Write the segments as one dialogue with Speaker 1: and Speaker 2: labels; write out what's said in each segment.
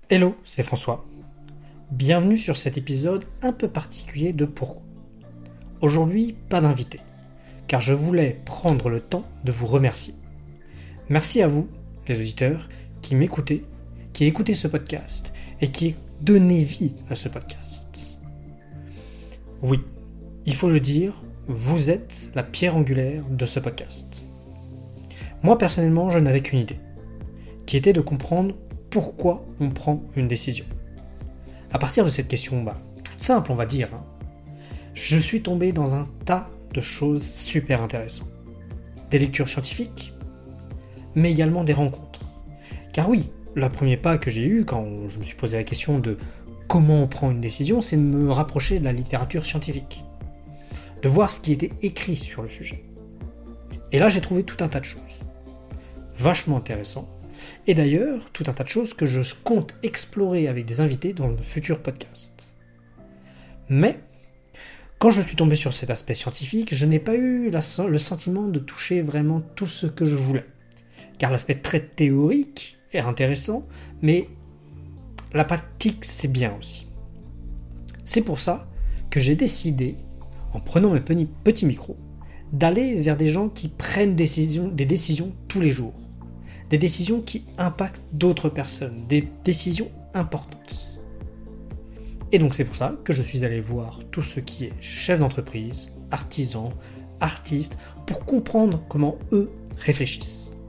Speaker 1: Hello, c'est François. Bienvenue sur cet épisode un peu particulier de Pourquoi. Aujourd'hui, pas d'invité, car je voulais prendre le temps de vous remercier. Merci à vous, les auditeurs, qui m'écoutez, qui écoutez ce podcast et qui donnez vie à ce podcast. Oui, il faut le dire, vous êtes la pierre angulaire de ce podcast. Moi, personnellement, je n'avais qu'une idée, qui était de comprendre pourquoi on prend une décision. À partir de cette question, toute simple, on va dire, je suis tombé dans un tas de choses super intéressantes. Des lectures scientifiques, mais également des rencontres. Car oui, le premier pas que j'ai eu quand je me suis posé la question de comment on prend une décision, c'est de me rapprocher de la littérature scientifique. De voir ce qui était écrit sur le sujet. Et là, j'ai trouvé tout un tas de choses. Vachement intéressant. Et d'ailleurs, tout un tas de choses que je compte explorer avec des invités dans le futur podcast. Mais, quand je suis tombé sur cet aspect scientifique, je n'ai pas eu le sentiment de toucher vraiment tout ce que je voulais. Car l'aspect très théorique est intéressant, mais la pratique c'est bien aussi. C'est pour ça que j'ai décidé, en prenant mes petits micros, d'aller vers des gens qui prennent des décisions tous les jours. Des décisions qui impactent d'autres personnes, des décisions importantes. Et donc c'est pour ça que je suis allé voir tout ce qui est chef d'entreprise, artisans, artistes, pour comprendre comment eux réfléchissent.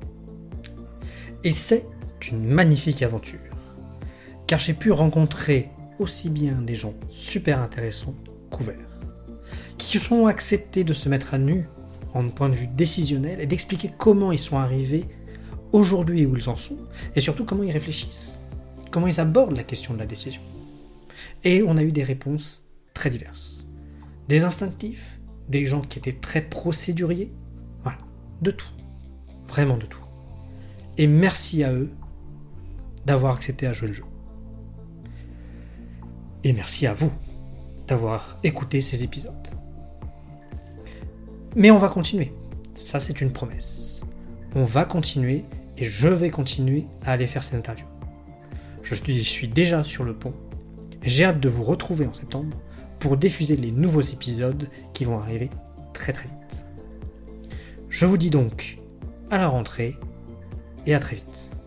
Speaker 1: Et c'est une magnifique aventure, car j'ai pu rencontrer aussi bien des gens super intéressants qu'ouverts, qui sont acceptés de se mettre à nu en point de vue décisionnel et d'expliquer comment ils sont arrivés aujourd'hui où ils en sont, et surtout comment ils réfléchissent, comment ils abordent la question de la décision. Et on a eu des réponses très diverses. Des instinctifs, des gens qui étaient très procéduriers, voilà, de tout, vraiment de tout. Et merci à eux d'avoir accepté à jouer le jeu. Et merci à vous d'avoir écouté ces épisodes. Mais on va continuer, ça c'est une promesse. On va continuer et je vais continuer à aller faire ces interviews. Je suis déjà sur le pont. J'ai hâte de vous retrouver en septembre pour diffuser les nouveaux épisodes qui vont arriver très très vite. Je vous dis donc à la rentrée et à très vite.